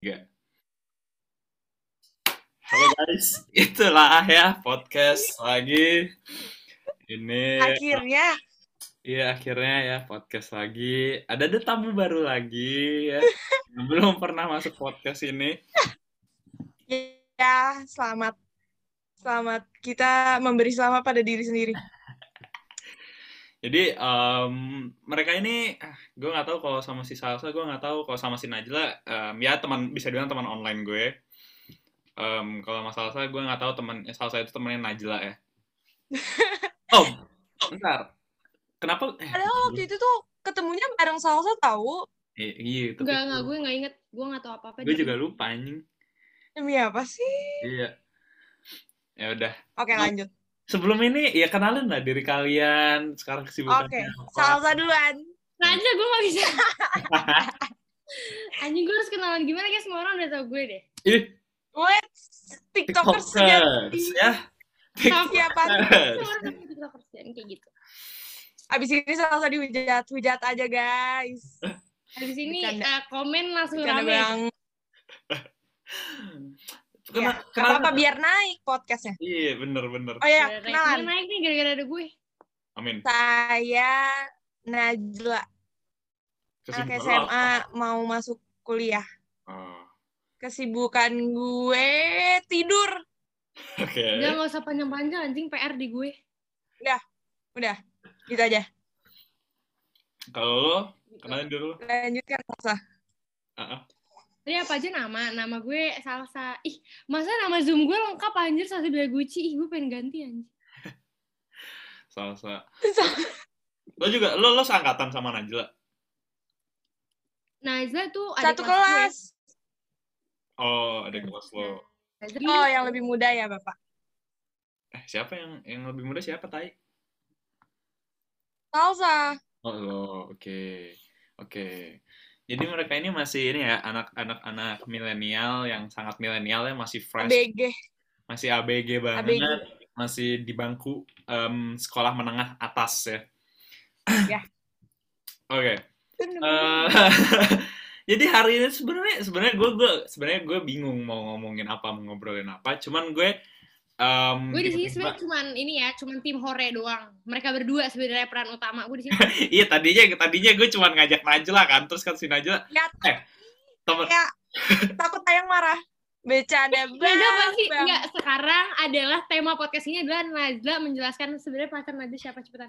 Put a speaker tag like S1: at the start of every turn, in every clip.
S1: Tiga. Halo guys, itulah ya podcast lagi. Ini akhirnya ya podcast lagi. Ada tamu baru lagi ya. Yang belum pernah masuk podcast ini.
S2: Ya, selamat kita memberi selamat pada diri sendiri.
S1: Jadi mereka ini, gue nggak tahu kalau sama si Salsa, gue nggak tahu kalau sama si Najla, ya teman, bisa bilang teman online gue. Kalau sama Salsa, gue nggak tahu Salsa itu temannya Najla ya. Oh, bentar. Kenapa?
S2: Padahal waktu itu tuh ketemunya bareng Salsa tahu.
S1: Iya, tapi
S3: Enggak, gue nggak inget. Gue nggak tahu apa-apa.
S1: Gue juga lupa anjing.
S2: Demi apa sih?
S1: Iya. Ya udah.
S2: Oke, lanjut.
S1: Sebelum ini ya kenalin lah diri kalian, sekarang kesibukannya apa.
S2: Salsa duluan.
S3: Aja gue nggak bisa. Anjing, gue harus kenalan gimana, guys? Semua orang udah tau gue deh.
S2: Wait, TikTokers
S1: ya.
S2: Siapa?
S3: TikTokers kayak gitu.
S2: Abis ini Salsa dihujat aja, guys.
S3: Habis ini komen langsung rame.
S2: Bang. Kenapa biar naik podcastnya?
S1: Iya, bener.
S2: Oh iya, kenalan.
S3: Naik nih gara-gara ada gue.
S1: Amin.
S2: Saya Najla. Anak SMA mau masuk kuliah. Kesibukan gue tidur.
S1: Oke.
S3: Nggak usah panjang-panjang, anjing, PR di gue.
S2: Udah, gitu aja.
S1: Kalau lo, kenalin dulu.
S2: Lanjutkan, Salsa.
S3: Tadi apa aja nama gue Salsa. Ih, masa nama Zoom gue lengkap anjir, Salsa Bilaguchi. Ih, gue pengen ganti anjir.
S1: Salsa. Lo juga, lo seangkatan sama Najla?
S3: Najla tuh
S2: ada satu kelas.
S1: Oh, ada kelas lo.
S2: Oh, yang lebih muda ya, Bapak?
S1: Siapa yang lebih muda siapa, Tai?
S2: Salsa.
S1: Oh, lo, oke. Jadi mereka ini masih ini ya, anak milenial yang sangat milenial ya, masih fresh.
S2: ABG.
S1: Masih ABG banget. Masih di bangku sekolah menengah atas ya.
S2: Ya.
S1: Oke. Jadi hari ini sebenarnya gue bingung mau ngomongin apa, mau ngobrolin apa. Cuman gue
S3: di sini sebenarnya cuman tim Hore doang. Mereka berdua sebenarnya peran utama. Gue di sini.
S1: Iya, tadinya gue cuman ngajak Najla kan, terus kan si Najla.
S2: Temen. Ya, takut Ayang marah. Bercanda
S3: banget. Enggak, sekarang adalah tema podcast ini adalah Najla menjelaskan sebenarnya pacar Najla siapa, cepetan.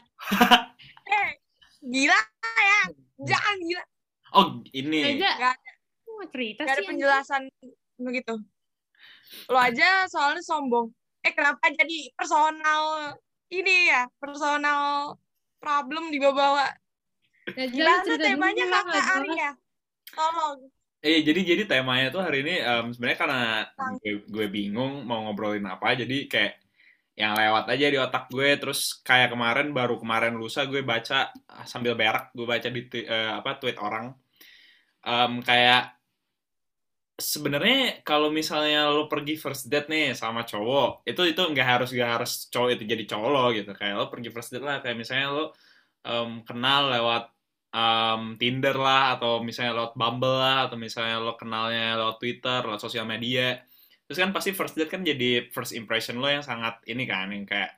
S2: Gila ya. Jangan gila.
S1: Oh, ini.
S3: Najla, gak ada. Mau cerita
S2: gak ada penjelasan begitu. Lo aja soalnya sombong. Kenapa jadi personal problem dibawa? Gimana temanya Kakak Arya? Tolong.
S1: Jadi temanya tuh hari ini sebenarnya karena gue bingung mau ngobrolin apa, jadi kayak yang lewat aja di otak gue, terus kayak baru kemarin lusa gue baca sambil berak, gue baca di tweet orang, kayak sebenarnya kalau misalnya lo pergi first date nih sama cowok, itu nggak harus cowok itu jadi cowok lo gitu. Kayak lo pergi first date lah, kayak misalnya lo kenal lewat Tinder lah, atau misalnya lewat Bumble lah, atau misalnya lo kenalnya lewat Twitter, lewat sosial media. Terus kan pasti first date kan jadi first impression lo yang sangat ini kan, yang kayak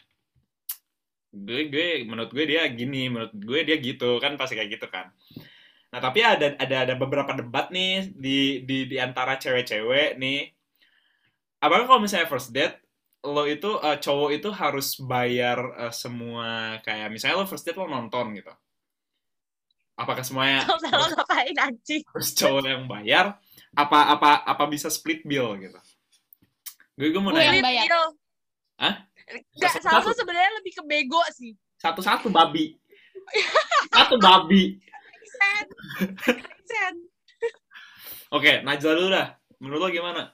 S1: menurut gue dia gini, menurut gue dia gitu kan, pasti kayak gitu kan. Nah, tapi ada beberapa debat nih di antara cewek-cewek nih. Apakah kalau misalnya first date, lo itu cowok itu harus bayar semua, kayak misalnya lo first date lo nonton gitu. Apakah semuanya
S2: lo ngapain anjing?
S1: Terus cowok yang bayar, apa bisa split bill gitu? Gue mau nanya.
S3: Gue yang bayar.
S1: Hah?
S2: Salsa sebenarnya lebih ke bego sih.
S1: Satu babi. Satu babi. Oke, Najla dulu dah. Menurut lo gimana?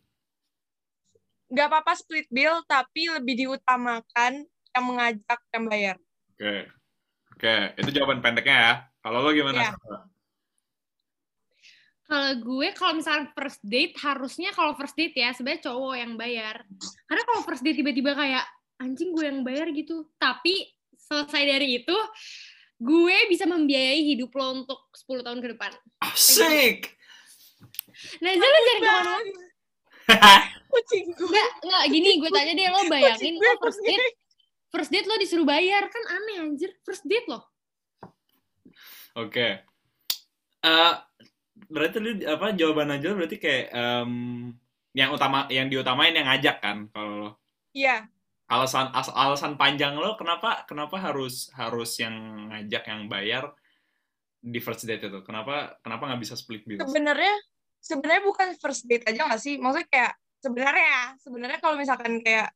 S2: Gak apa-apa split bill, tapi lebih diutamakan yang mengajak yang bayar.
S1: Oke. Itu jawaban pendeknya ya. Kalau lo gimana?
S2: Ya.
S3: Kalau misalnya first date, harusnya kalau first date ya sebenarnya cowok yang bayar. Karena kalau first date tiba-tiba kayak anjing gue yang bayar gitu. Tapi selesai dari itu, gue bisa membiayai hidup lo untuk 10 tahun ke depan.
S1: Asik!
S3: Najla lo jangan kemana-mana.
S2: Kucing gue.
S3: Enggak, gini gue tanya deh, lo bayangin lo first date lo disuruh bayar, kan aneh anjir. First date lo.
S1: Oke. Berarti lu jawaban aja berarti kayak yang diutamain yang ngajak kan kalau lo.
S2: Iya.
S1: Alasan panjang lo kenapa harus yang ngajak yang bayar di first date itu? Kenapa nggak bisa split bill?
S2: Sebenarnya bukan first date aja nggak sih? Maksudnya kayak sebenarnya kalau misalkan kayak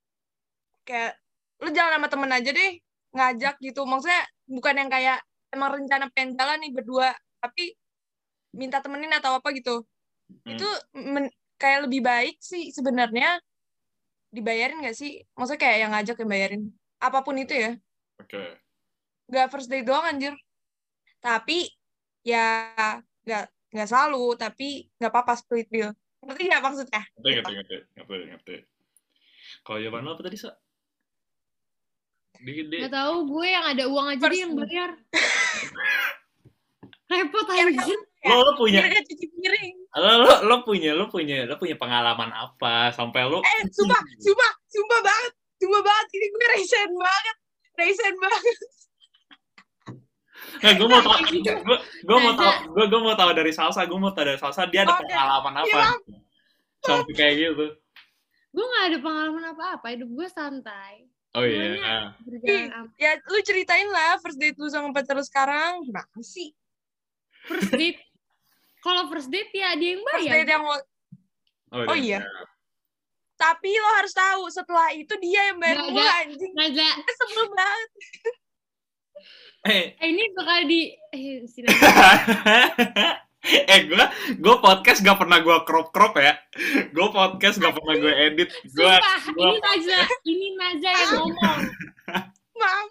S2: lu jalan sama temen aja deh, ngajak gitu. Maksudnya bukan yang kayak emang rencana pengen jalan nih berdua, tapi minta temenin atau apa gitu. Itu kayak lebih baik sih sebenarnya dibayarin nggak sih? Maksudnya kayak yang ngajak yang bayarin. Apapun itu ya.
S1: Oke.
S2: Nggak first date doang anjir. Tapi ya nggak selalu, tapi nggak apa-apa split bill. Ngerti nggak maksudnya?
S1: Ngerti. Kalau jawaban lo apa tadi, Sa?
S3: Nggak tahu, gue yang ada uang aja dia yang bayar. Repot anjir.
S1: Lo punya.
S2: Dia cuci piring.
S1: Lo punya pengalaman apa sampai lo?
S2: Sumpah banget. Ini gue resign banget.
S1: Gue mau tahu dari Salsa. Dia ada pengalaman apa sampai kayak gitu?
S3: Gue nggak ada pengalaman apa-apa. Hidup gue santai.
S1: Oh iya.
S2: Ya lu ceritain lah first date lu sama pacar lu sekarang gimana sih?
S3: First date. Kalau first date ya dia yang bayar.
S2: First date yang Oh iya. Tapi lo harus tahu setelah itu dia yang bayar mulu anjing.
S3: Najla.
S2: Sebel banget.
S3: Ini bakal di
S1: gue podcast gak pernah gue crop ya. Gue podcast gak pernah gue edit. Ini
S3: Najla yang ngomong.
S2: Mam.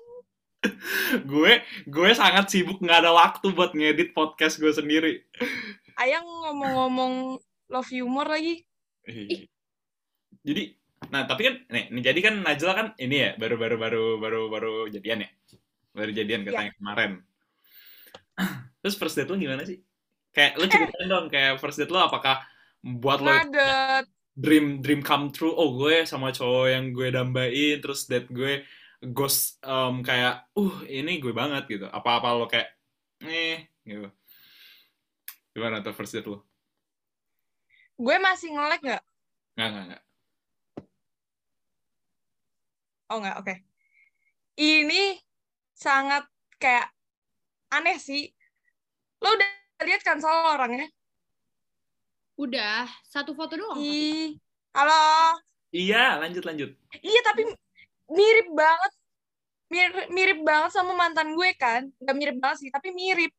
S1: Gue sangat sibuk, nggak ada waktu buat ngedit podcast gue sendiri.
S2: Ayang ngomong love humor lagi.
S1: Jadi, nah tapi kan, jadi kan Najla kan ini ya baru jadian ya, baru jadian katanya kemarin. Terus first date lo gimana sih? Kayak lo ceritain dong, kayak first date lo apakah buat lo dream come true? Oh gue sama cowok yang gue dambain, terus date gue ghost kayak ini gue banget gitu. Apa lo kayak gitu. Gimana tuh first date lo?
S2: Gue masih nge-lag nggak?
S1: Nggak.
S2: Oh nggak, oke. Ini sangat kayak aneh sih. Lo udah lihat kan soal orangnya?
S3: Udah, satu foto doang.
S2: Halo.
S1: Iya, lanjut.
S2: Iya, tapi mirip banget. Mirip banget sama mantan gue kan. Gak mirip banget sih, tapi mirip.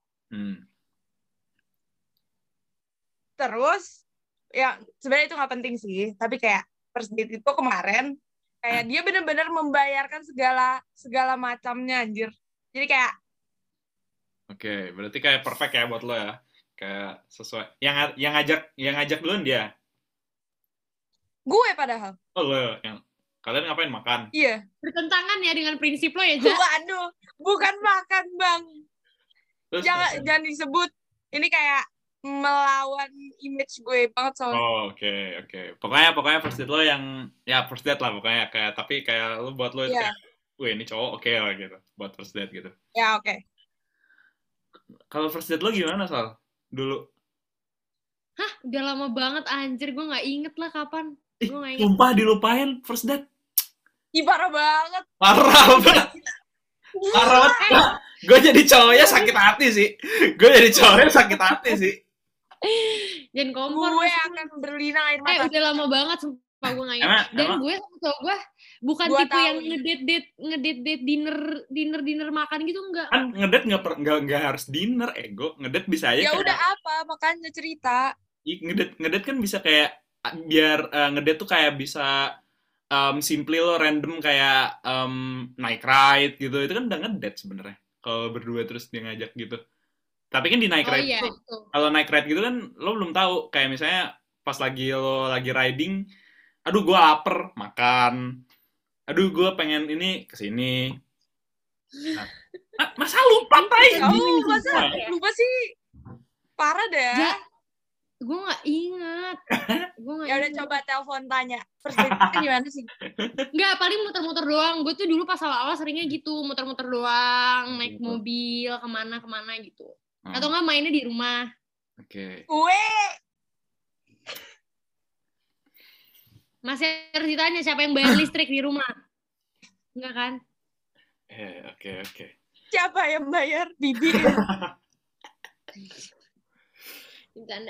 S2: Terus, ya sebenarnya itu gak penting sih. Tapi kayak first date itu kemarin, kayak dia benar-benar membayarkan segala macamnya, anjir. Jadi kayak
S1: Oke, berarti kayak perfect ya buat lo ya. Kayak sesuai. Yang ngajak duluan dia.
S2: Gue padahal.
S1: Oh lo yang kalian ngapain makan?
S2: Iya.
S3: Bertentangan ya dengan prinsip lo ya, Ja?
S2: Waduh, bukan makan, Bang. Terus, jangan disebut. Ini kayak melawan image gue banget soalnya.
S1: Oh, oke. Pokoknya first date lo yang first date lah pokoknya kayak tapi kayak lo buat lo kayak ini cowok oke lah gitu buat first date gitu.
S2: Ya, oke.
S1: Kalau first date lo gimana, Sal? Dulu.
S3: Hah? Udah lama banget anjir, gue gak inget lah kapan. Gue gak inget.
S1: Sumpah dilupain first date.
S2: Ih, parah banget.
S1: Parah banget. Gue jadi cowoknya sakit hati sih.
S3: Jangan kompor.
S2: Gue akan berlinang air mata.
S3: Udah lama banget sumpah gue gak inget. Dan gue sama cowok gue bukan tipe yang ngedate dinner makan gitu, enggak.
S1: Kan ngedate nggak harus dinner, ngedate bisa aja.
S2: Ya udah apa, makanya cerita.
S1: Ngedate kan bisa kayak biar ngedate tuh kayak bisa simply lo random kayak naik ride gitu. Itu kan udah ngedate sebenarnya. Kalau berdua terus dia ngajak gitu. Tapi kan di naik ride kalau naik ride gitu kan lo belum tahu kayak misalnya pas lo lagi riding, aduh gue lapar makan, aduh gue pengen ini kesini. Nah, masa lupa
S2: lupa sih parah deh.
S3: Gue nggak ingat.
S2: Ya udah coba telepon tanya. First date itu gimana sih?
S3: Nggak, paling muter-muter doang. Gue tuh dulu pas awal-awal seringnya gitu, muter-muter doang, naik mobil kemana-kemana gitu. Atau nggak mainnya di rumah.
S1: Oke.
S3: Masih harus ditanya siapa yang bayar listrik di rumah. Enggak kan?
S1: Oke.
S2: Siapa yang bayar? Bibi.
S3: Bercanda.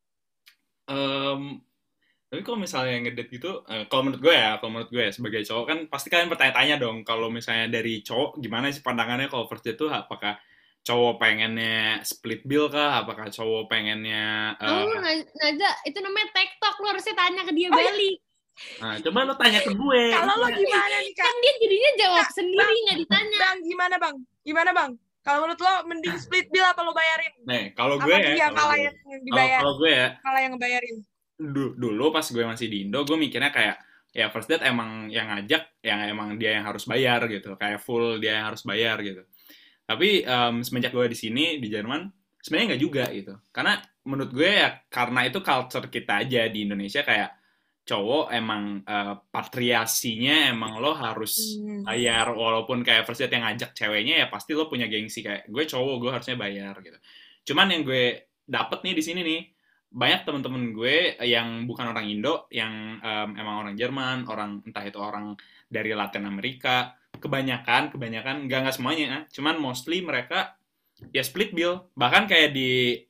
S1: Tapi kalau misalnya ngedate gitu, kalau menurut gue ya sebagai cowok kan pasti kalian bertanya-tanya dong kalau misalnya dari cowok gimana sih pandangannya kalau first date tuh, apakah cowok pengennya split bill kah, apakah cowok pengennya
S3: Naja, itu namanya TikTok, lu harusnya tanya ke dia balik.
S1: Nah, coba lo tanya ke gue.
S2: Kalau lo gimana nih, Kak?
S3: Kan dia jadinya jawab sendiri, nggak ditanya.
S2: Bang, gimana bang? Kalau menurut lo mending split bill apa lo bayarin?
S1: Nih, kalau gue
S2: ya,
S1: kalau
S2: yang dibayar.
S1: Kalau gue ya,
S2: malah yang ngebayarin.
S1: Dulu pas gue masih di Indo, gue mikirnya kayak ya first date emang yang ngajak, yang emang dia yang harus bayar gitu, kayak full dia yang harus bayar gitu. Tapi semenjak gue di sini di Jerman, sebenarnya nggak juga gitu. Karena menurut gue ya karena itu culture kita aja di Indonesia, kayak cowok emang patriasinya emang lo harus bayar, walaupun kayak first date yang ngajak ceweknya ya pasti lo punya gengsi kayak gue cowok, gue harusnya bayar gitu. Cuman yang gue dapet nih di sini nih, banyak temen-temen gue yang bukan orang Indo, yang emang orang Jerman, orang entah itu orang dari Latin Amerika, kebanyakan nggak semuanya, cuman mostly mereka ya split bill. Bahkan kayak di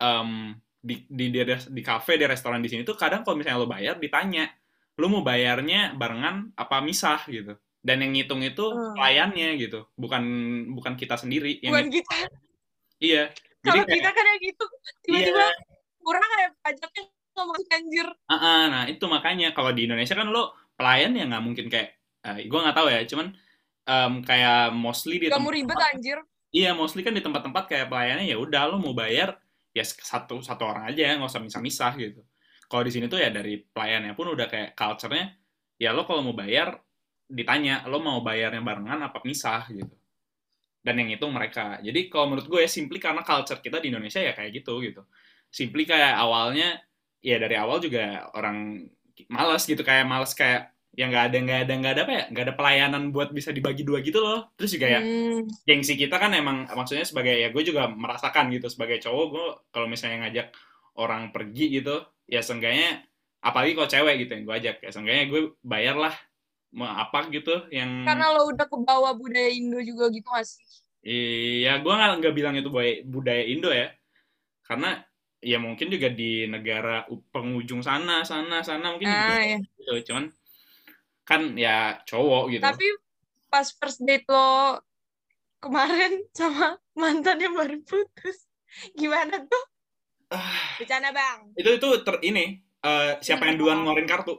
S1: cafe, di restoran di sini tuh kadang kalau misalnya lo bayar ditanya, lo mau bayarnya barengan apa misah gitu. Dan yang ngitung itu pelayannya gitu, bukan kita sendiri.
S2: Bukan kita.
S1: Iya.
S2: Kalau kita kan yang gitu, tiba-tiba kurang kayak pajaknya ngomong anjir.
S1: Nah itu makanya kalau di Indonesia kan lo pelayan ya nggak mungkin kayak, gue nggak tahu ya, cuman kayak mostly di
S2: tempat. Gak mau ribet anjir.
S1: Iya, mostly kan di tempat-tempat kayak pelayannya ya udah lo mau bayar ya satu orang aja, nggak usah misah-misah gitu. Kalau di sini tuh ya dari pelayannya pun udah kayak culture-nya, ya lo kalau mau bayar ditanya lo mau bayarnya barengan apa misah gitu. Dan yang itu mereka. Jadi kalau menurut gue ya simply karena culture kita di Indonesia ya kayak gitu. Simply kayak awalnya ya dari awal juga orang malas gitu, kayak ya nggak ada apa ya, nggak ada pelayanan buat bisa dibagi dua gitu loh. Terus juga ya gengsi kita kan emang maksudnya sebagai, ya gue juga merasakan gitu sebagai cowok, gue kalau misalnya ngajak orang pergi gitu ya seenggaknya, apalagi kalau cewek gitu yang gue ajak, ya seenggaknya gue bayar lah apa gitu yang,
S2: karena lo udah kebawa budaya Indo juga gitu gak sih?
S1: Iya, gue nggak bilang itu budaya Indo ya, karena ya mungkin juga di negara penghujung sana mungkin juga gitu, cuman kan ya cowok gitu.
S2: Tapi pas first date lo kemarin sama mantan yang baru putus, gimana tuh? Bercanda bang.
S1: Itu siapa yang duluan ngeluarin kartu?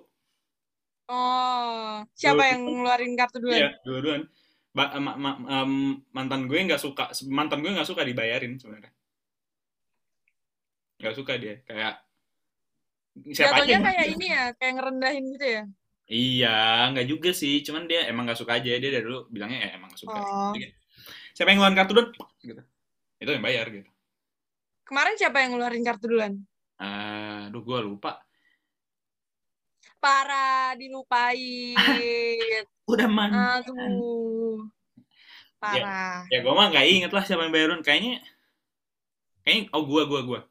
S2: Oh, siapa yang ngeluarin kartu duluan?
S1: Iya, duluan. Mantan gue nggak suka dibayarin sebenarnya. Nggak suka dia, kayak siapa
S2: jatuhnya
S1: aja
S2: kayak ini ya, kayak ngerendahin gitu ya?
S1: Iya, nggak juga sih, cuman dia emang nggak suka aja, dia dari dulu bilangnya ya emang nggak suka. Siapa yang ngeluarin kartu duluan? Gitu. Itu yang bayar gitu.
S2: Kemarin siapa yang ngeluarin kartu duluan?
S1: Aduh, gue lupa.
S2: Parah, dilupain.
S1: Udah mantan.
S2: Aduh. Parah.
S1: Ya gue mah nggak inget lah siapa yang bayarin. Kayaknya gue.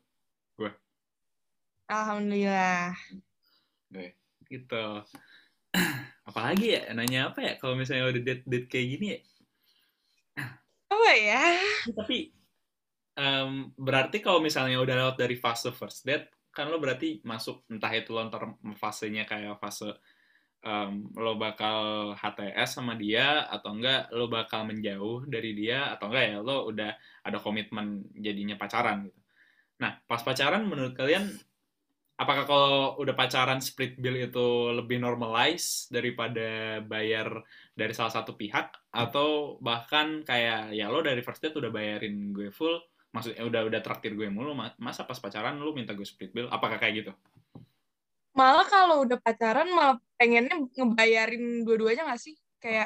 S2: Alhamdulillah.
S1: Gitu. Apalagi ya, nanya apa ya kalau misalnya udah date kayak gini ya?
S2: Apa ya?
S1: Tapi berarti kalau misalnya udah lewat dari fase first date, kan lo berarti masuk entah itu lo ntar fasenya kayak fase lo bakal HTS sama dia, atau enggak lo bakal menjauh dari dia, atau enggak ya lo udah ada komitmen jadinya pacaran gitu. Nah, pas pacaran menurut kalian, apakah kalau udah pacaran split bill itu lebih normalize daripada bayar dari salah satu pihak, atau bahkan kayak ya lo dari first date udah bayarin gue full, maksudnya udah traktir gue mulu, masa pas pacaran lo minta gue split bill? Apakah kayak gitu?
S2: Malah kalau udah pacaran malah pengennya ngebayarin dua-duanya gak sih? Kayak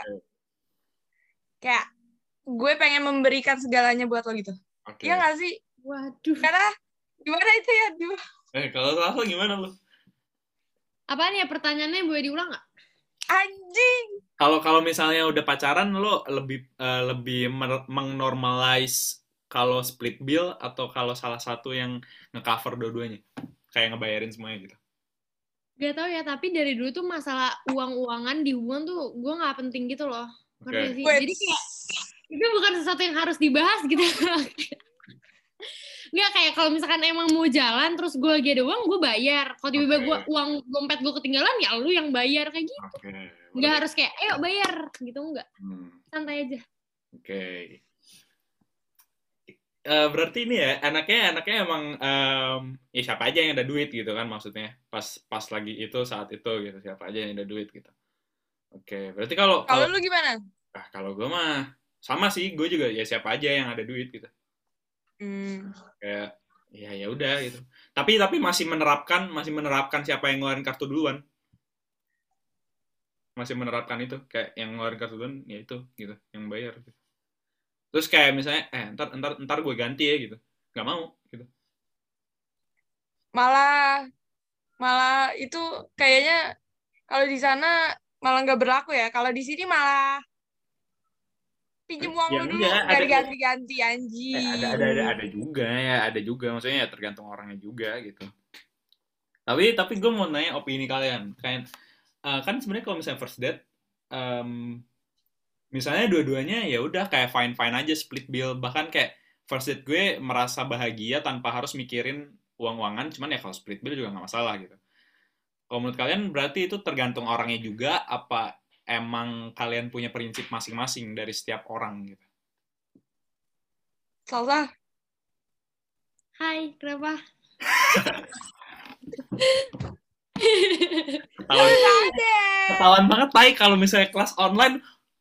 S2: gue pengen memberikan segalanya buat lo gitu. Iya gak sih?
S3: Waduh.
S2: Karena gimana itu ya?
S1: Kalau Salsa gimana lu?
S3: Apaan ya pertanyaannya, boleh diulang nggak?
S2: Anjing.
S1: Kalau misalnya udah pacaran lo lebih mengnormalize kalau split bill atau kalau salah satu yang ngecover dua-duanya, kayak ngebayarin semuanya gitu.
S3: Gak tau ya, tapi dari dulu tuh masalah uang-uangan di hubungan tuh gue nggak penting gitu loh. Ngerti
S1: Oke.
S3: gak sih?
S2: Wait.
S3: Jadi kayak itu bukan sesuatu yang harus dibahas gitu. Nggak, kayak kalau misalkan emang mau jalan terus gue lagi ada uang, gue bayar. Kalau tiba-tiba
S1: Oke.
S3: gue uang dompet gue ketinggalan, ya lu yang bayar kayak gitu.
S1: Oke.
S3: Nggak
S1: Berarti-
S3: harus kayak ayo bayar gitu, nggak. Santai aja.
S1: Oke. Berarti ini ya anaknya emang ya siapa aja yang ada duit gitu kan, maksudnya pas lagi itu saat itu gitu, siapa aja yang ada duit gitu. Oke, berarti kalau
S2: Kalau lu gimana?
S1: kalau gue mah sama sih, gue juga ya siapa aja yang ada duit gitu. Kayak ya udah gitu. Tapi masih menerapkan siapa yang ngeluarin kartu duluan. Masih menerapkan itu, kayak yang ngeluarin kartu duluan ya itu gitu, yang bayar gitu. Terus kayak misalnya ntar gue ganti ya gitu. Nggak mau gitu.
S2: Malah itu kayaknya kalau di sana malah nggak berlaku ya. Kalau di sini malah pinjem uang
S1: Ya
S2: lu dulu
S1: enggak,
S2: nggak
S1: ada
S2: diganti-ganti anjing.
S1: ada juga ya, ada juga, maksudnya ya tergantung orangnya juga gitu. Tapi gue mau nanya opini kalian, kayak kan sebenarnya kalau misalnya first date, misalnya dua-duanya ya udah kayak fine fine aja split bill, bahkan kayak first date gue merasa bahagia tanpa harus mikirin uang-uangan, cuman ya kalau split bill juga nggak masalah gitu. Kalau menurut kalian berarti itu tergantung orangnya juga, apa emang kalian punya prinsip masing-masing dari setiap orang gitu?
S2: Salsa.
S3: Hai, kenapa?
S1: Ketahuan banget kalau misalnya kelas online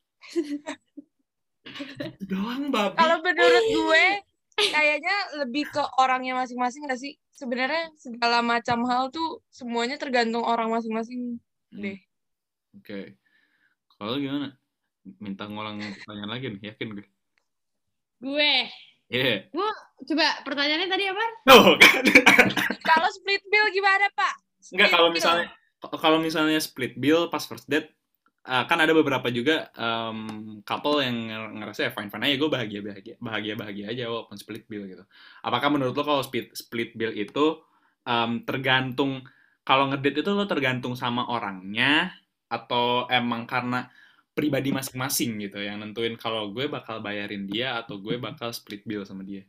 S1: doang babi.
S2: Kalau menurut gue kayaknya lebih ke orangnya masing-masing gak sih? Sebenarnya segala macam hal tuh semuanya tergantung orang masing-masing deh.
S1: Oke. Kalau gimana? Minta ngulang pertanyaan lagi nih, yakin gue.
S3: Gue.
S1: Iya.
S3: Gue coba pertanyaannya tadi apa?
S1: Tuh kan.
S2: Kalau split bill gimana, Pak?
S1: Enggak,
S2: Split bill.
S1: kalau misalnya split bill pas first date, kan ada beberapa juga couple yang ngerasa ya fine fine aja, gue bahagia aja walaupun split bill gitu. Apakah menurut lo kalau split bill itu tergantung, kalau ngedate itu lo tergantung sama orangnya atau emang karena pribadi masing-masing gitu yang nentuin kalau gue bakal bayarin dia atau gue bakal split bill sama dia?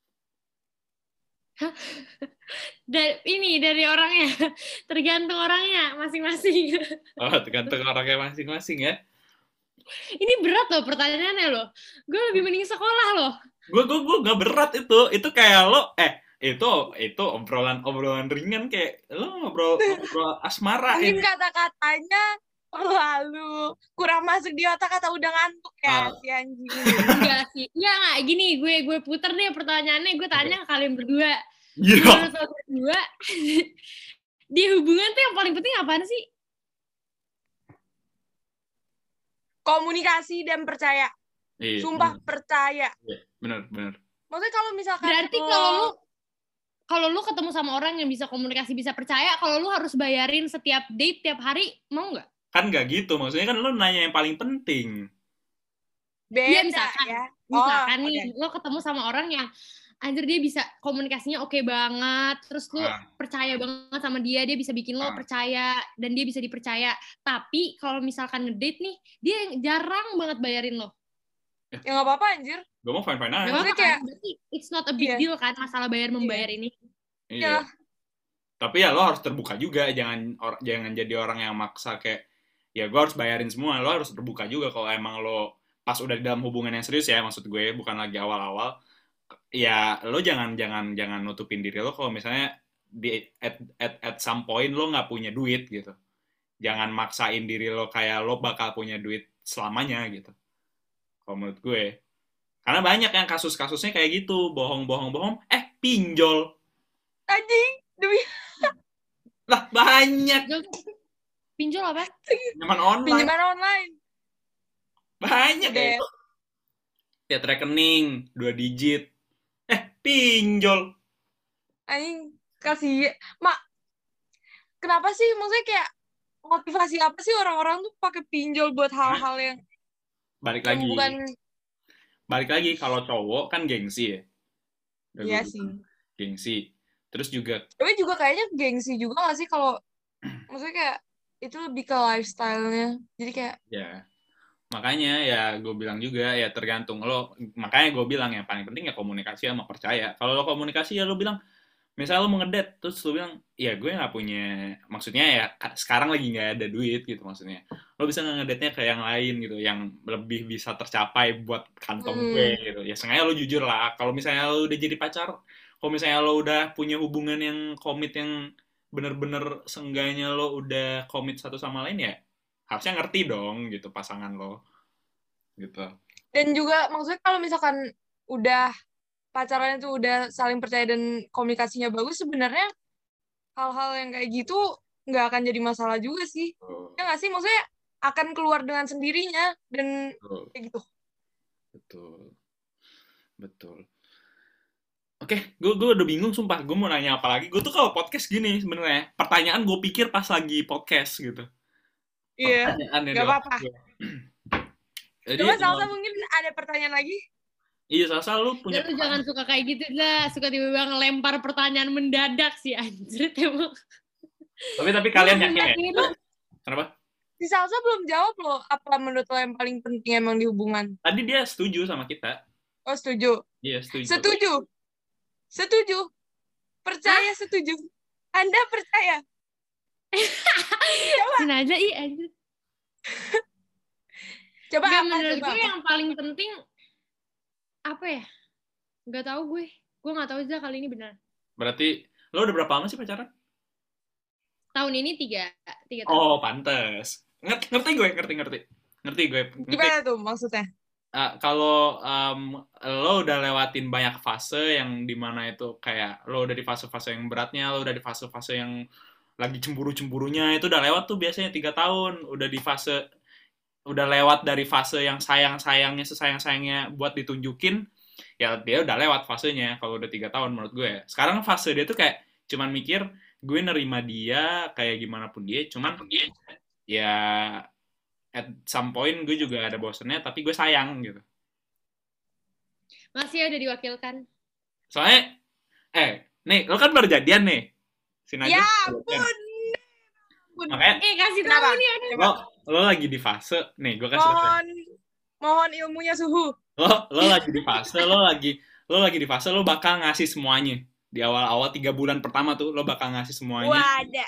S3: Dari orangnya, tergantung orangnya masing-masing.
S1: Oh, tergantung orangnya masing-masing ya.
S3: Ini berat loh pertanyaannya loh. Gue lebih mending sekolah loh.
S1: Gue gak berat itu kayak lo itu obrolan ringan, kayak lo ngobrol asmara
S2: Mungkin
S1: ini.
S2: kata-katanya lalu kurang masuk di otak atau udah ngantuk ya si anjing.
S3: Enggak sih. Ya nggak, gini gue puter deh pertanyaannya, gue tanya ke kalian berdua.
S1: Iya.
S3: Menurut lo berdua, di hubungan tuh yang paling penting apaan sih?
S2: Komunikasi dan percaya.
S1: Iya,
S2: Sumpah percaya.
S1: Iya, benar.
S2: Maksudnya kalau misalkan
S3: Berarti kalau lu ketemu sama orang yang bisa komunikasi, bisa percaya, kalau lu harus bayarin setiap date tiap hari, mau nggak?
S1: Kan nggak gitu, maksudnya kan lo nanya yang paling penting.
S2: beda
S3: Ya misalkan nih,
S2: okay.
S3: lo ketemu sama orang yang anjir dia bisa komunikasinya oke banget, terus lo percaya banget sama dia bisa bikin lo percaya dan dia bisa dipercaya. Tapi kalau misalkan ngedate nih, dia jarang banget bayarin lo.
S2: Ya nggak apa-apa anjir.
S1: Gue mau fine-fine aja.
S3: Maksudnya kayak berarti it's not a big deal kan masalah bayar-membayar ini.
S1: Iya. Tapi ya lo harus terbuka juga, jangan jadi orang yang maksa kayak ya gue harus bayarin semua. Lo harus terbuka juga kalau emang lo pas udah di dalam hubungan yang serius ya, maksud gue bukan lagi awal-awal. Ya lo jangan nutupin diri lo kalau misalnya at some point lo nggak punya duit gitu. Jangan maksain diri lo kayak lo bakal punya duit selamanya gitu. Kalau menurut gue. Karena banyak yang kasus-kasusnya kayak gitu, bohong, pinjol.
S2: Anjing, demi
S1: lah banyak.
S3: Pinjol apa?
S2: Pinjaman online.
S1: Banyak ya itu. Rekening 2 digit. Pinjol.
S2: Anjing, kasih mak. Kenapa sih maksudnya kayak motivasi apa sih orang-orang tuh pakai pinjol buat hal-hal yang
S1: Balik
S2: yang
S1: lagi.
S2: bukan.
S1: Balik lagi kalau cowok kan gengsi ya. Udah
S2: Iya
S1: gue
S2: sih.
S1: bilang, gengsi. Terus juga
S2: Tapi juga kayaknya gengsi juga gak sih kalau maksudnya kayak itu lebih ke lifestyle-nya. Jadi kayak
S1: ya makanya ya gue bilang juga ya tergantung lo. Makanya gue bilang yang paling penting ya komunikasi sama percaya. Kalau lo komunikasi ya lo bilang, misalnya lo mau ngedate terus lo bilang ya gue nggak punya, maksudnya ya sekarang lagi nggak ada duit gitu, maksudnya lo bisa nggak ngedate-nya ke yang lain gitu yang lebih bisa tercapai buat kantong gue gitu. Ya sengaja lo jujur lah. Kalau misalnya lo udah jadi pacar, kalau misalnya lo udah punya hubungan yang komit, yang bener-bener seenggaknya lo udah komit satu sama lain, ya harusnya ngerti dong gitu pasangan lo gitu.
S2: dan juga maksudnya kalau misalkan udah pacarannya tuh udah saling percaya dan komunikasinya bagus, sebenarnya hal-hal yang kayak gitu nggak akan jadi masalah juga sih. Ya nggak sih? Maksudnya akan keluar dengan sendirinya dan kayak gitu.
S1: Betul. Betul. Oke, gue udah bingung sumpah. Gue mau nanya apa lagi. Gue tuh kalau podcast gini sebenarnya, pertanyaan gue pikir pas lagi podcast gitu.
S2: Iya,
S1: Pertanyaan yang
S2: nggak apa-apa.
S1: Jadi,
S2: Coba Salsa mungkin ada pertanyaan lagi?
S1: iya, Salsa lu punya.
S3: Lu jangan suka kayak gitu lah, suka tiba-tiba ngelempar pertanyaan mendadak sih anjir emang.
S1: Tapi kalian yakin ya? Kenapa?
S2: Si Salsa belum jawab loh, apa menurut lo yang paling penting emang di hubungan?
S1: Tadi dia setuju sama kita.
S2: Oh, setuju.
S1: Iya, setuju.
S2: Setuju. Percaya. Setuju. Anda percaya? Coba.
S3: Sin aja anjir.
S2: Coba
S3: Gak,
S2: apa?
S3: menurut
S2: Coba
S3: gue
S2: apa?
S3: yang paling penting apa ya? Gak tahu gue. Gue gak tahu aja kali ini benar.
S1: Berarti lo udah berapa lama sih pacaran?
S3: Tahun ini 3 tahun.
S1: Oh, pantes. Ngerti gue.
S2: Gimana tuh maksudnya?
S1: Kalau lo udah lewatin banyak fase yang dimana itu kayak lo udah di fase-fase yang beratnya, lo udah di fase-fase yang lagi cemburu-cemburunya, itu udah lewat tuh biasanya 3 tahun. Udah lewat dari fase yang sayang-sayangnya, sesayang-sayangnya buat ditunjukin, ya dia udah lewat fasenya kalau udah 3 tahun menurut gue. Sekarang fase dia tuh kayak cuman mikir, gue nerima dia kayak gimana pun dia, cuman ya at some point gue juga ada bosennya, tapi gue sayang gitu.
S3: Masih ada diwakilkan.
S1: Soalnya, nih, lo kan baru jadian nih.
S2: Ya ampun.
S1: Makanya,
S3: kasih tahu nih ada.
S1: Lo lagi di fase, nih, gue kasih
S2: Mohon ilmunya suhu.
S1: Lo lagi di fase, lo lagi di fase, lo bakal ngasih semuanya. Di awal-awal 3 bulan pertama tuh, lo bakal ngasih semuanya.
S2: Wadah.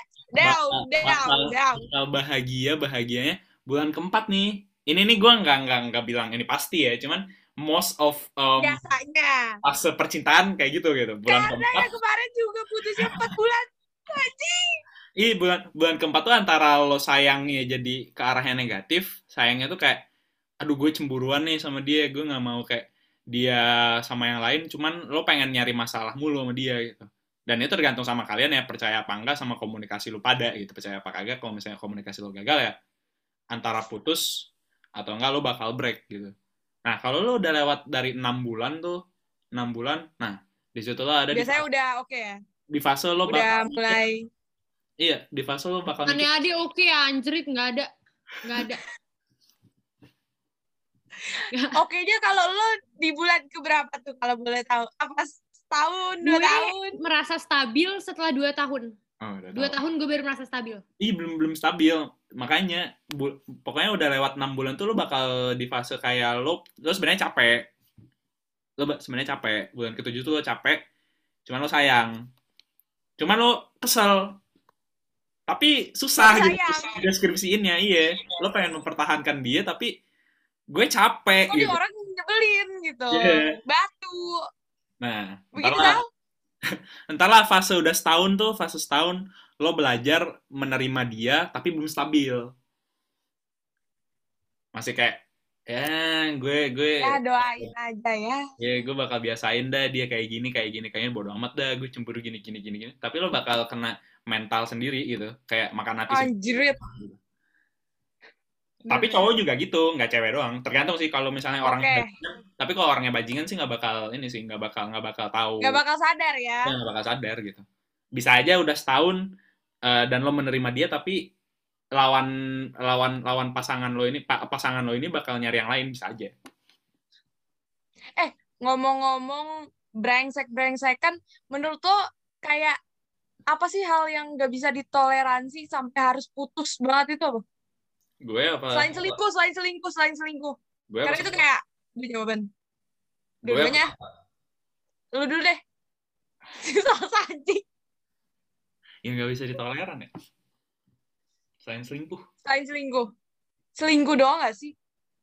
S1: Bakal bahagianya bulan keempat nih. Ini nih gue nggak bilang ini pasti ya, cuman most of
S2: biasanya
S1: fase percintaan kayak gitu bulan
S2: karena yang kemarin juga putusnya 4 bulan anjing.
S1: Bulan keempat tuh antara lo sayangnya jadi ke arahnya negatif, sayangnya tuh kayak aduh gue cemburuan nih sama dia, gue nggak mau kayak dia sama yang lain, cuman lo pengen nyari masalah mulu sama dia gitu. Dan itu tergantung sama kalian ya, percaya apa enggak sama komunikasi lo pada gitu, percaya apa kagak. Kalau misalnya komunikasi lo gagal ya antara putus atau enggak lo bakal break gitu. Nah, kalau lo udah lewat dari 6 bulan tuh, 6 bulan, nah di situ lo ada
S2: biasanya udah oke ya.
S1: Di fase lo
S2: udah mulai.
S1: Iya, di fase lo bakal
S3: aneh adik oke ya, anjrit nggak ada.
S2: Oke aja kalau lo di bulan keberapa tuh kalau boleh tahu? Apa setahun, 2 tahun?
S3: Merasa stabil setelah 2 tahun.
S1: Oh,
S3: 2 tahun gue baru merasa stabil.
S1: Belum stabil. Makanya pokoknya udah lewat 6 bulan tuh lo bakal di fase kayak lo sebenarnya capek. Bulan ke-7 tuh lo capek. Cuman lo sayang. Cuman lo kesel. Tapi susah gitu deskripsiinnya, iya. Lo pengen mempertahankan dia tapi gue capek
S2: gitu.
S1: Gitu.
S2: Orang nyebelin gitu.
S1: Yeah.
S2: Batu.
S1: Nah, entarlah fase udah fase setahun lo belajar menerima dia tapi belum stabil. Masih kayak gue
S2: ya doain aja ya.
S1: Ya gue bakal biasain dah dia kayak gini kayaknya bodo amat dah, gue cemburu gini. Tapi lo bakal kena mental sendiri gitu, kayak makan hati.
S2: Anjrit.
S1: Tapi cowok juga gitu, nggak cewek doang. Tergantung sih kalau misalnya orangnya bajingan. Tapi kalau orangnya bajingan sih nggak bakal tahu.
S2: Nggak bakal sadar ya.
S1: Nggak bakal sadar gitu. bisa aja udah setahun dan lo menerima dia, tapi lawan pasangan lo ini bakal nyari yang lain, bisa aja.
S2: Ngomong-ngomong brengsek-brengsekan, menurut lo kayak apa sih hal yang gak bisa ditoleransi sampai harus putus banget itu apa?
S1: Gue apa?
S2: Selain selingkuh.
S1: Gue
S2: Karena itu kayak udah jawaban. Dua-duanya. Lu dulu deh. Susah anjing.
S1: Yang gak bisa ditoleran ya? Selain selingkuh.
S2: Selingkuh doang gak sih?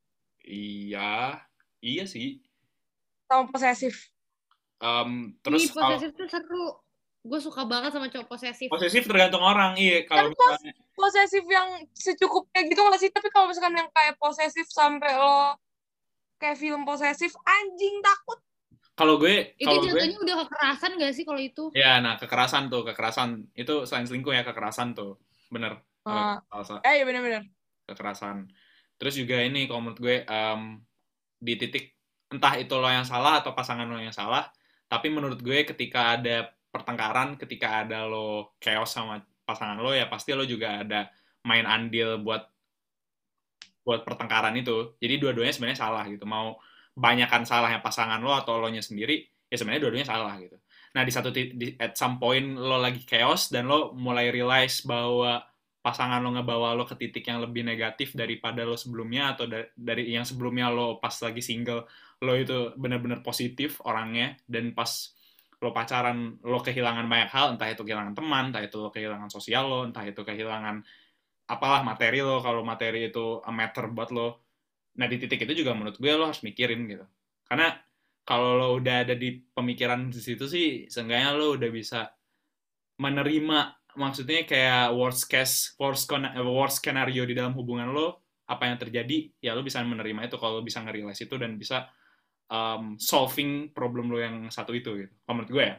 S1: Iya sih.
S2: Sama posesif.
S1: Terus
S3: posesif tuh seru. Gue suka banget sama cowok posesif.
S1: Posesif tergantung orang, iya. Kalau
S2: misalnya posesif yang secukupnya gitu nggak sih? Tapi kalau misalkan yang kayak posesif sampai lo kayak film posesif, anjing takut.
S1: Kalau gue,
S3: itu jatuhnya udah kekerasan gak sih kalau itu?
S1: Ya, nah kekerasan itu selain selingkuh ya, kekerasan tuh, bener.
S2: Iya bener.
S1: Kekerasan. Terus juga ini kalau menurut gue di titik entah itu lo yang salah atau pasangan lo yang salah, tapi menurut gue ketika ada pertengkaran, ketika ada lo chaos sama pasangan lo, ya pasti lo juga ada main andil buat pertengkaran itu. Jadi dua-duanya sebenarnya salah gitu. Mau banyakan salahnya pasangan lo atau lo nya sendiri, ya sebenarnya dua-duanya salah gitu. Nah, at some point lo lagi chaos dan lo mulai realize bahwa pasangan lo ngebawa lo ke titik yang lebih negatif daripada lo sebelumnya, atau dari yang sebelumnya lo pas lagi single, lo itu benar-benar positif orangnya, dan pas lo pacaran lo kehilangan banyak hal, entah itu kehilangan teman, entah itu lo kehilangan sosial lo, entah itu kehilangan apalah materi lo, kalau materi itu a matter buat lo. Nah, di titik itu juga menurut gue lo harus mikirin gitu. Karena kalau lo udah ada di pemikiran di situ sih, seenggaknya lo udah bisa menerima, maksudnya kayak worst scenario di dalam hubungan lo, apa yang terjadi, ya lo bisa menerima itu kalau lo bisa nge-realize itu dan bisa solving problem lo yang satu itu gitu. Kalau menurut gue ya.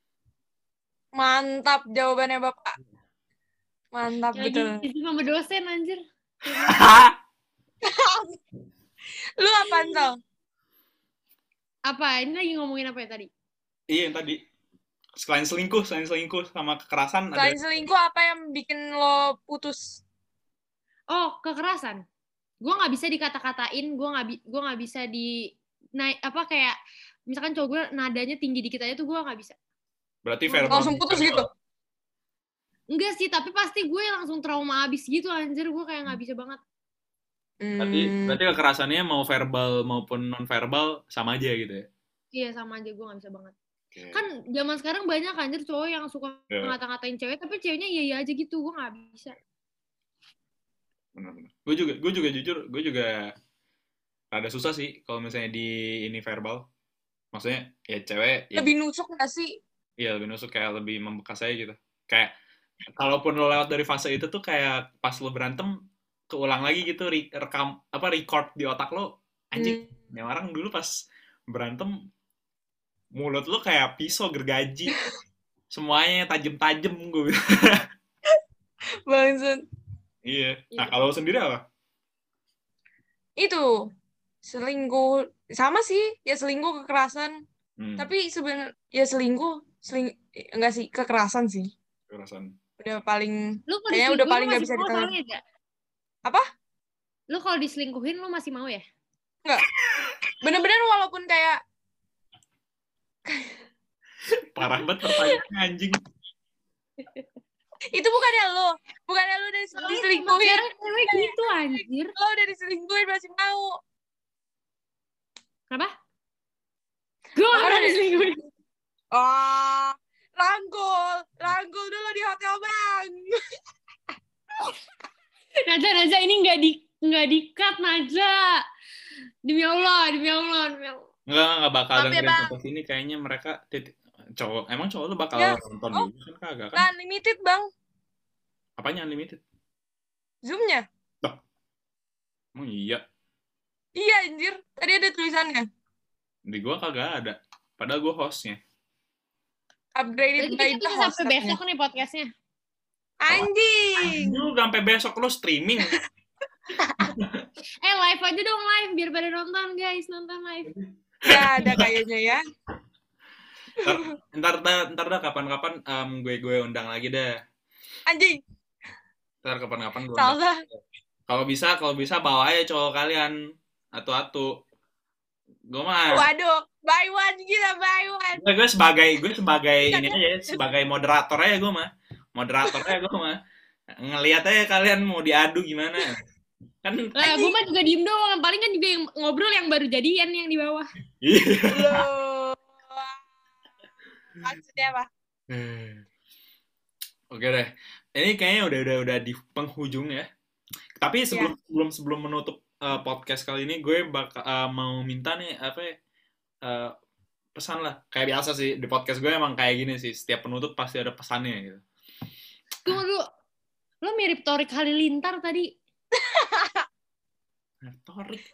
S2: Mantap jawabannya Bapak. Mantap
S3: ya,
S2: betul.
S3: Lagi sama dosen anjir.
S2: Lu apaan, Sal?
S3: Apa? Ini lagi ngomongin apa ya tadi?
S1: Iya, yang tadi. Selain selingkuh sama kekerasan.
S2: Selain selingkuh, apa yang bikin lo putus?
S3: Oh, kekerasan. Gue nggak bisa dikata-katain, gue nggak bisa kayak misalkan cowok gue nadanya tinggi dikit aja tuh gue nggak bisa.
S1: Berarti verbal
S2: langsung putus gitu?
S3: Enggak sih, tapi pasti gue langsung trauma abis gitu anjir, gue kayak nggak bisa banget.
S1: Berarti kekerasannya mau verbal maupun non verbal sama aja gitu ya?
S3: Iya, sama aja, gue nggak bisa banget. Okay. Kan zaman sekarang banyak anjir cowok yang suka ngata-ngatain cewek, tapi ceweknya iya aja gitu, gue nggak bisa.
S1: Benar. Gue juga jujur, gue juga rada susah sih kalau misalnya di ini verbal. Maksudnya ya cewek
S2: lebih nusuk gak sih?
S1: Iya, lebih nusuk, kayak lebih membekas aja gitu. Kayak kalaupun lo lewat dari fase itu tuh kayak pas lo berantem keulang lagi gitu, record di otak lo, anjing, yang orang dulu pas berantem mulut lo kayak pisau gergaji, semuanya tajem-tajem gue.
S2: Bangsat.
S1: Iya. Nah, kalau lo sendiri apa?
S2: Itu selingkuh sama sih, ya selingkuh, kekerasan. Tapi sebenarnya ya selingkuh enggak sih, kekerasan sih.
S1: Kekerasan.
S2: Udah paling
S3: kayaknya udah paling
S2: nggak bisa ditolong. Apa?
S3: Lu kalau diselingkuhin lu masih mau ya?
S2: Enggak. Bener-bener walaupun kayak
S1: parah banget pertanyaannya, anjing.
S2: Itu bukannya lu udah diselingkuhin.
S3: Cewek gitu anjir.
S2: Lo udah diselingkuhin masih mau.
S3: Kenapa? Gue udah diselingkuhin.
S2: Oh, rangkul dulu di hotel Bang.
S3: Naja ini nggak di-cut Naja. Demi Allah.
S1: Enggak bakal dengerin sampai sini kayaknya mereka cowok. Emang cowok lu bakal nonton dulu kan kagak kan?
S2: Unlimited, Bang.
S1: Apanya unlimited?
S2: Zoom-nya.
S1: Oh iya.
S2: Iya anjir, tadi ada tulisannya.
S1: Di gua kagak ada. Padahal gua hostnya.
S2: Upgraded by the host.
S3: Sampai besok nih podcastnya.
S2: Anjing.
S1: Lu sampai besok lu streaming.
S3: Live aja dong, live biar pada nonton guys, nonton live.
S2: Ya ada kayaknya ya.
S1: Ntar dah kapan-kapan gue undang lagi deh.
S2: Anjing.
S1: Ntar kapan-kapan gue undang.
S2: Salsa.
S1: Kalau bisa bawa aja cowok kalian atu-atu. Gue mah.
S2: Waduh, buy one gila, buy one.
S1: Gue sebagai ini aja, sebagai moderator aja gue mah. Ngelihat aja kalian mau diadu gimana. Kan
S3: gue mah juga diem doang, paling kan juga yang ngobrol yang baru jadian yang di bawah.
S2: Loh. Maksudnya apa?
S1: Oke deh. Ini kayaknya udah di penghujung ya. Tapi sebelum menutup podcast kali ini, gue mau minta nih pesan lah. Kayak biasa sih di podcast gue emang kayak gini sih. Setiap penutup pasti ada pesannya gitu.
S3: Tunggu dulu. Lo mirip Torik Halilintar tadi.
S1: Torik.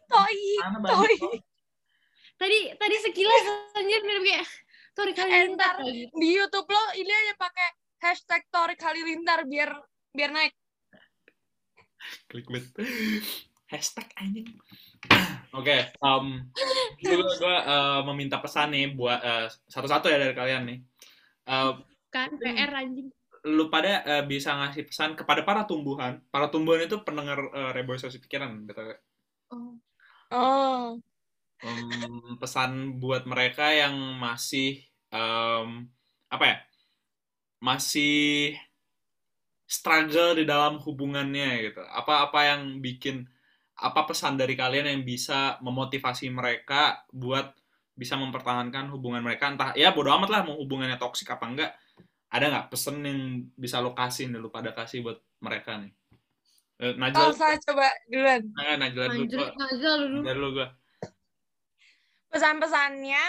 S3: Tadi sekilas anjir mirip kayak Torik Halilintar.
S2: Di YouTube lo ini aja pakai hashtag Torik Halilintar biar naik.
S1: Clickbait. Hashtag anjing. Oke, gue meminta pesan nih buat satu-satu ya dari kalian nih.
S3: Kan PR anjing.
S1: Lu pada bisa ngasih pesan kepada para tumbuhan. Para tumbuhan itu pendengar Reboisasi Pikiran, betul. Pesan buat mereka yang masih masih struggle di dalam hubungannya gitu. Apa pesan dari kalian yang bisa memotivasi mereka buat bisa mempertahankan hubungan mereka, entah ya bodo amat lah mau hubungannya toksik apa enggak. Ada nggak pesan yang bisa lo kasih nih, lo pada kasih buat mereka nih? Najla,
S2: saya coba duluan.
S1: Najla dulu gue.
S2: Pesan-pesannya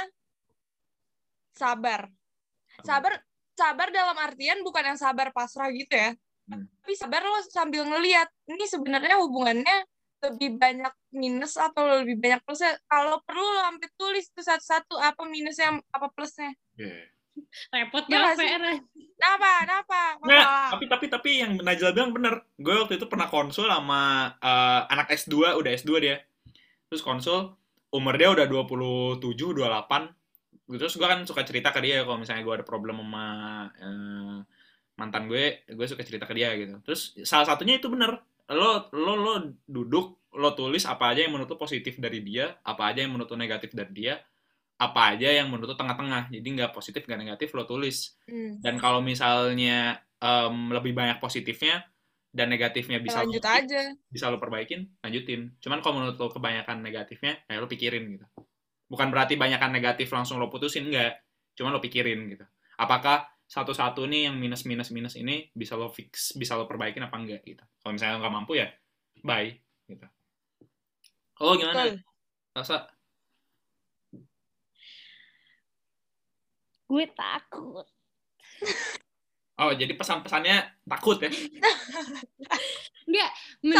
S2: sabar dalam artian bukan yang sabar pasrah gitu ya, tapi sabar lo sambil ngelihat ini sebenarnya hubungannya lebih banyak minus atau lebih banyak plusnya. Kalau perlu lo sampai tulis tuh satu-satu apa minusnya apa plusnya.
S3: Repot banget PR.
S2: Kenapa?
S1: Nah, tapi yang Najla bilang bener. Gue waktu itu pernah konsul sama anak S2, udah S2 dia. Terus konsul, umur dia udah 27, 28. Terus gue kan suka cerita ke dia kalau misalnya gue ada problem sama mantan gue suka cerita ke dia gitu. Terus salah satunya itu bener. Lo duduk, lo tulis apa aja yang menurut lo positif dari dia, apa aja yang menurut lo negatif dari dia, apa aja yang menurut lo tengah-tengah. Jadi nggak positif, nggak negatif, lo tulis. Dan kalau misalnya lebih banyak positifnya dan negatifnya bisa lo perbaikin, lanjutin. Cuman kalau menurut lo kebanyakan negatifnya, lo pikirin gitu. Bukan berarti banyakan negatif langsung lo putusin, enggak. Cuman lo pikirin gitu. Apakah satu-satu nih yang minus ini bisa lo fix, bisa lo perbaikin apa enggak gitu. Kalau misalnya lo nggak mampu ya, bye gitu. Kalau gimana? Rasa?
S3: Gue takut.
S1: Oh, jadi pesan-pesannya takut ya?
S3: Enggak,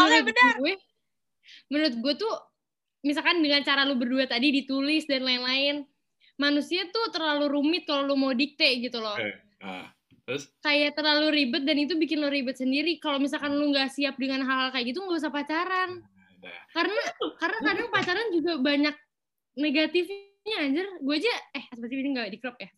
S3: menurut gue tuh misalkan dengan cara lu berdua tadi ditulis dan lain-lain, manusia tuh terlalu rumit kalau lu mau dikte gitu loh.
S1: Terus?
S3: Kayak terlalu ribet dan itu bikin lo ribet sendiri. Kalau misalkan lu nggak siap dengan hal-hal kayak gitu, nggak usah pacaran. Karena kadang pacaran juga banyak negatifnya anjir. Gue aja seperti ini nggak di crop ya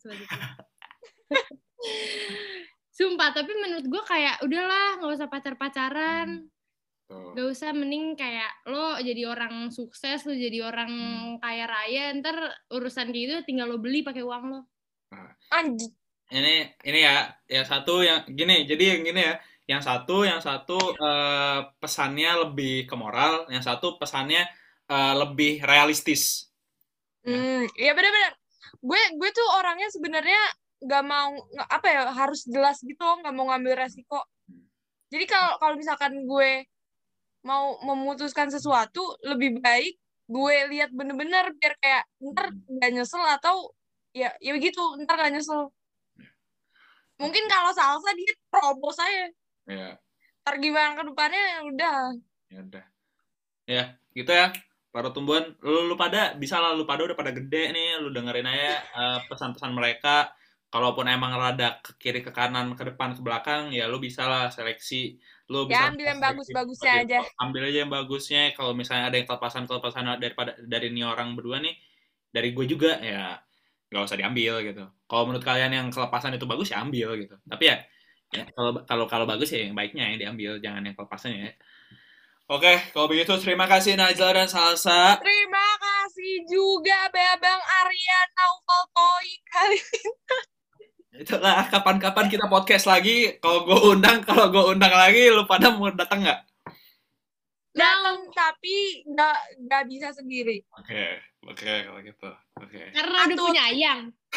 S3: sumpah, tapi menurut gue kayak udahlah nggak usah pacaran. Gak usah, mending kayak lo jadi orang sukses, lo jadi orang kaya raya, ntar urusan kayak gitu tinggal lo beli pakai uang lo.
S2: Anjir.
S1: Ini ya satu yang gini, jadi yang gini ya, yang satu pesannya lebih ke moral, yang satu pesannya lebih realistis.
S2: Iya benar-benar. Gue tuh orangnya sebenarnya nggak mau harus jelas gitu, nggak mau ngambil resiko. Jadi kalau misalkan gue mau memutuskan sesuatu, lebih baik gue lihat bener-bener biar kayak ntar nggak nyesel atau ya begitu, ntar nggak nyesel. Mungkin kalau salsa dia terobos aja.
S1: Iya.
S2: Ntar gimana ke depannya udah.
S1: Ya udah. Ya, gitu ya. Para tumbuhan, lu pada bisa lah, lu pada udah pada gede nih, lu dengerin aja pesan-pesan mereka. Kalaupun emang rada ke kiri, ke kanan, ke depan, ke belakang, ya lu bisa lah seleksi. Lu bisa
S2: ambil yang bagus-bagusnya aja.
S1: Ambil aja yang bagusnya. Kalau misalnya ada yang kelepasan dari ini orang berdua nih, dari gue juga ya nggak usah diambil gitu. Kalau menurut kalian yang kelepasan itu bagus ya ambil gitu. Tapi ya kalau bagus ya yang baiknya yang diambil, jangan yang kelepasan ya. Oke, kalau begitu terima kasih Najla dan Salsa.
S2: Terima kasih juga Babang Aryan Naufal Toi kali.
S1: Itulah kapan-kapan kita podcast lagi. Kalau gue undang lagi, lu pada mau datang nggak?
S2: Datang tapi nggak bisa sendiri.
S1: Oke kalau gitu. Oke.
S3: Karena udah punya ayang.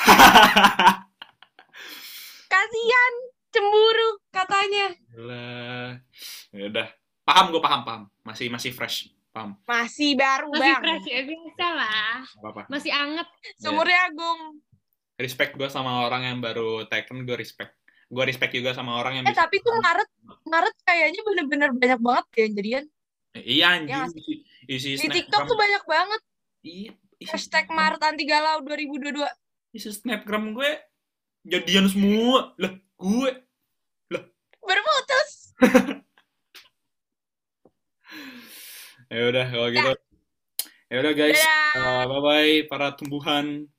S2: Kasian, cemburu katanya.
S1: Ya udah. Gue paham. Masih fresh. Paham.
S2: Masih baru
S3: Masih
S2: bang.
S3: fresh ya, biasa lah.
S1: Apa-apa.
S3: Masih anget.
S2: Sumurnya Agung.
S1: Respect gue sama orang yang baru taken, gue respect. Gue respect juga sama orang yang
S2: tapi tuh Maret kayaknya bener-bener banyak banget ya yang jadian.
S1: Iya anjing.
S2: Di TikTok tuh banyak banget.
S1: Iya.
S2: Hashtag Maret Anti Galau 2022.
S1: Isi snapgram gue jadian semua. Lah, gue.
S2: Berputus.
S1: Ya udah kalau gitu. Ya udah guys. Bye bye para tumbuhan.